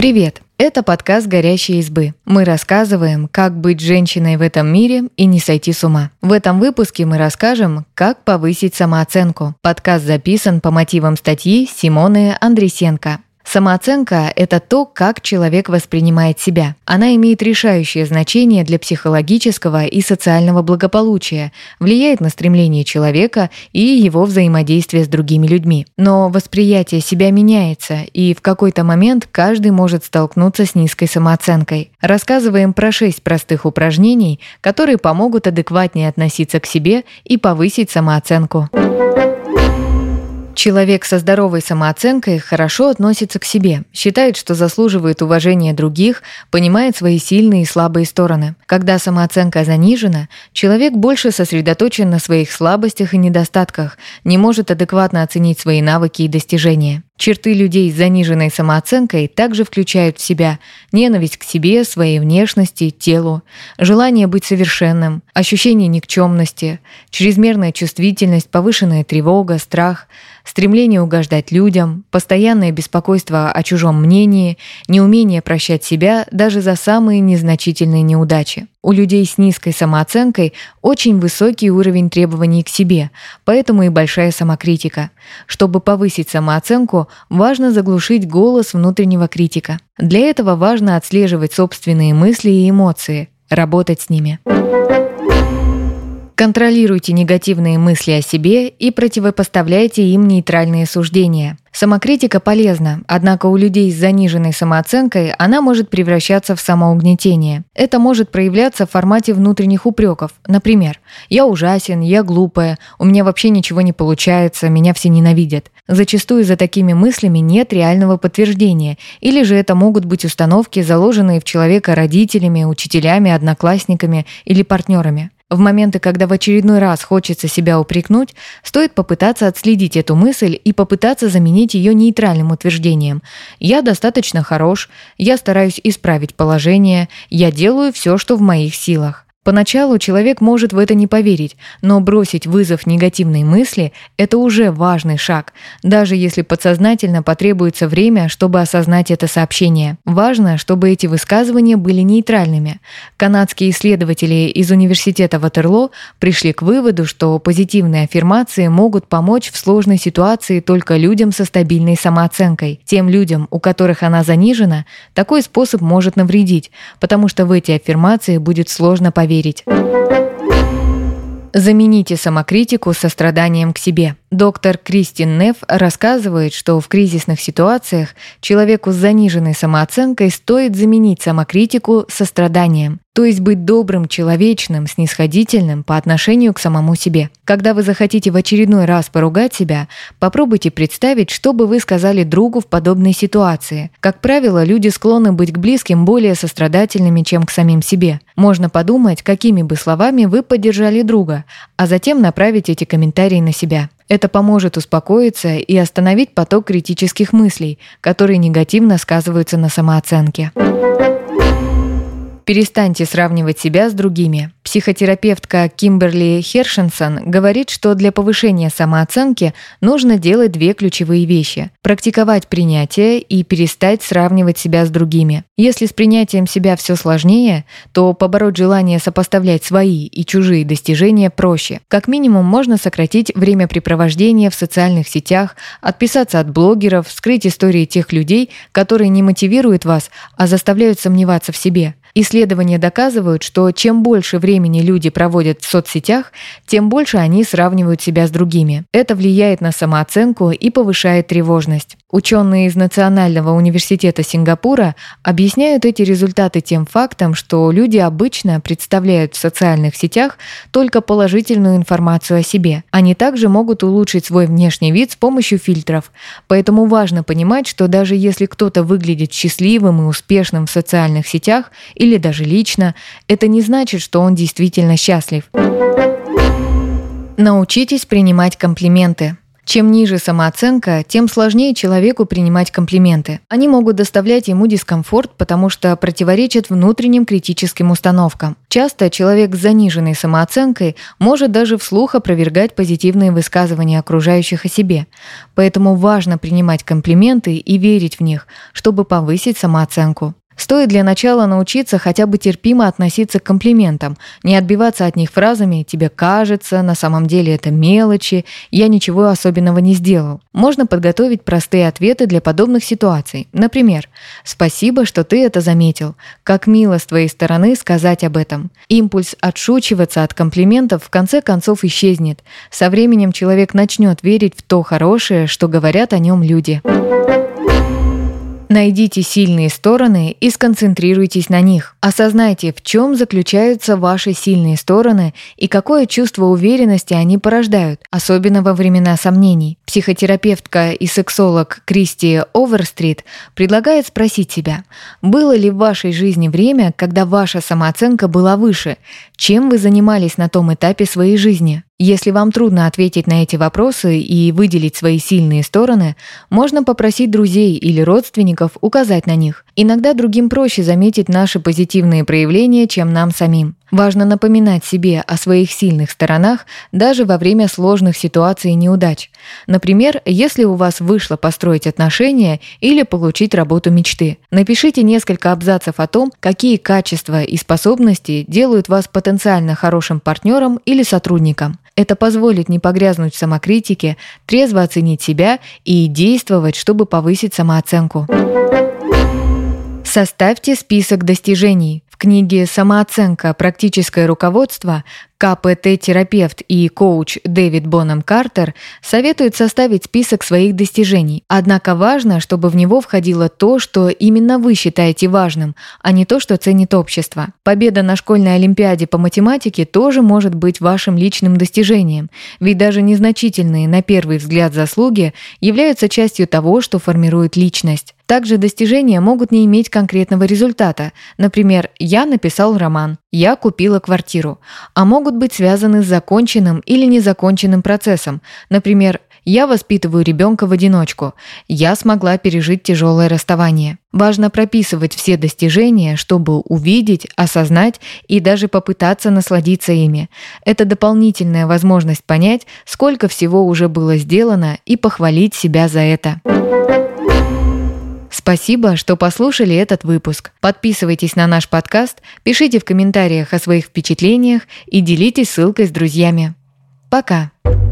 Привет! Это подкаст «Горящие избы». Мы рассказываем, как быть женщиной в этом мире и не сойти с ума. В этом выпуске мы расскажем, как повысить самооценку. Подкаст записан по мотивам статьи Симоны Андресенко. Самооценка – это то, как человек воспринимает себя. Она имеет решающее значение для психологического и социального благополучия, влияет на стремление человека и его взаимодействие с другими людьми. Но восприятие себя меняется, и в какой-то момент каждый может столкнуться с низкой самооценкой. Рассказываем про 6 простых упражнений, которые помогут адекватнее относиться к себе и повысить самооценку. Человек со здоровой самооценкой хорошо относится к себе, считает, что заслуживает уважения других, понимает свои сильные и слабые стороны. Когда самооценка занижена, человек больше сосредоточен на своих слабостях и недостатках, не может адекватно оценить свои навыки и достижения. Черты людей с заниженной самооценкой также включают в себя ненависть к себе, своей внешности, телу, желание быть совершенным, ощущение никчемности, чрезмерная чувствительность, повышенная тревога, страх, стремление угождать людям, постоянное беспокойство о чужом мнении, неумение прощать себя даже за самые незначительные неудачи. У людей с низкой самооценкой очень высокий уровень требований к себе, поэтому и большая самокритика. Чтобы повысить самооценку, важно заглушить голос внутреннего критика. Для этого важно отслеживать собственные мысли и эмоции, работать с ними. Контролируйте негативные мысли о себе и противопоставляйте им нейтральные суждения. Самокритика полезна, однако у людей с заниженной самооценкой она может превращаться в самоугнетение. Это может проявляться в формате внутренних упреков. Например, «я ужасен», «я глупая», «у меня вообще ничего не получается», «меня все ненавидят». Зачастую за такими мыслями нет реального подтверждения, или же это могут быть установки, заложенные в человека родителями, учителями, одноклассниками или партнерами. В моменты, когда в очередной раз хочется себя упрекнуть, стоит попытаться отследить эту мысль и попытаться заменить ее нейтральным утверждением. «Я достаточно хорош», «я стараюсь исправить положение», «я делаю все, что в моих силах». Поначалу человек может в это не поверить, но бросить вызов негативной мысли – это уже важный шаг, даже если подсознательно потребуется время, чтобы осознать это сообщение. Важно, чтобы эти высказывания были нейтральными. Канадские исследователи из университета Ватерлоо пришли к выводу, что позитивные аффирмации могут помочь в сложной ситуации только людям со стабильной самооценкой. Тем людям, у которых она занижена, такой способ может навредить, потому что в эти аффирмации будет сложно поверить. Замените самокритику состраданием к себе. Доктор Кристин Нефф рассказывает, что в кризисных ситуациях человеку с заниженной самооценкой стоит заменить самокритику состраданием, то есть быть добрым, человечным, снисходительным по отношению к самому себе. Когда вы захотите в очередной раз поругать себя, попробуйте представить, что бы вы сказали другу в подобной ситуации. Как правило, люди склонны быть к близким более сострадательными, чем к самим себе. Можно подумать, какими бы словами вы поддержали друга, а затем направить эти комментарии на себя. Это поможет успокоиться и остановить поток критических мыслей, которые негативно сказываются на самооценке. Перестаньте сравнивать себя с другими. Психотерапевтка Кимберли Хершенсон говорит, что для повышения самооценки нужно делать 2 ключевые вещи – практиковать принятие и перестать сравнивать себя с другими. Если с принятием себя все сложнее, то побороть желание сопоставлять свои и чужие достижения проще. Как минимум можно сократить времяпрепровождение в социальных сетях, отписаться от блогеров, скрыть истории тех людей, которые не мотивируют вас, а заставляют сомневаться в себе. Исследования доказывают, что чем больше времени люди проводят в соцсетях, тем больше они сравнивают себя с другими. Это влияет на самооценку и повышает тревожность. Ученые из Национального университета Сингапура объясняют эти результаты тем фактом, что люди обычно представляют в социальных сетях только положительную информацию о себе. Они также могут улучшить свой внешний вид с помощью фильтров. Поэтому важно понимать, что даже если кто-то выглядит счастливым и успешным в социальных сетях или даже лично, это не значит, что он действительно счастлив. Научитесь принимать комплименты. Чем ниже самооценка, тем сложнее человеку принимать комплименты. Они могут доставлять ему дискомфорт, потому что противоречат внутренним критическим установкам. Часто человек с заниженной самооценкой может даже вслух опровергать позитивные высказывания окружающих о себе. Поэтому важно принимать комплименты и верить в них, чтобы повысить самооценку. Стоит для начала научиться хотя бы терпимо относиться к комплиментам, не отбиваться от них фразами «тебе кажется», «на самом деле это мелочи», «я ничего особенного не сделал». Можно подготовить простые ответы для подобных ситуаций. Например, «спасибо, что ты это заметил», «как мило с твоей стороны сказать об этом». Импульс отшучиваться от комплиментов в конце концов исчезнет. Со временем человек начнет верить в то хорошее, что говорят о нем люди. Найдите сильные стороны и сконцентрируйтесь на них. Осознайте, в чем заключаются ваши сильные стороны и какое чувство уверенности они порождают, особенно во времена сомнений. Психотерапевтка и сексолог Кристи Оверстрит предлагает спросить себя, было ли в вашей жизни время, когда ваша самооценка была выше, чем вы занимались на том этапе своей жизни? Если вам трудно ответить на эти вопросы и выделить свои сильные стороны, можно попросить друзей или родственников указать на них. Иногда другим проще заметить наши позитивные проявления, чем нам самим. Важно напоминать себе о своих сильных сторонах даже во время сложных ситуаций и неудач. Например, если у вас вышло построить отношения или получить работу мечты. Напишите несколько абзацев о том, какие качества и способности делают вас потенциально хорошим партнером или сотрудником. Это позволит не погрязнуть в самокритике, трезво оценить себя и действовать, чтобы повысить самооценку. Составьте список достижений. В книге «Самооценка. Практическое руководство» КПТ-терапевт и коуч Дэвид Бонем Картер советует составить список своих достижений. Однако важно, чтобы в него входило то, что именно вы считаете важным, а не то, что ценит общество. Победа на школьной олимпиаде по математике тоже может быть вашим личным достижением, ведь даже незначительные на первый взгляд заслуги являются частью того, что формирует личность. Также достижения могут не иметь конкретного результата. Например, я написал роман, я купила квартиру, а могут быть связаны с законченным или незаконченным процессом. Например, я воспитываю ребенка в одиночку, я смогла пережить тяжелое расставание. Важно прописывать все достижения, чтобы увидеть, осознать и даже попытаться насладиться ими. Это дополнительная возможность понять, сколько всего уже было сделано, и похвалить себя за это. Спасибо, что послушали этот выпуск. Подписывайтесь на наш подкаст, пишите в комментариях о своих впечатлениях и делитесь ссылкой с друзьями. Пока!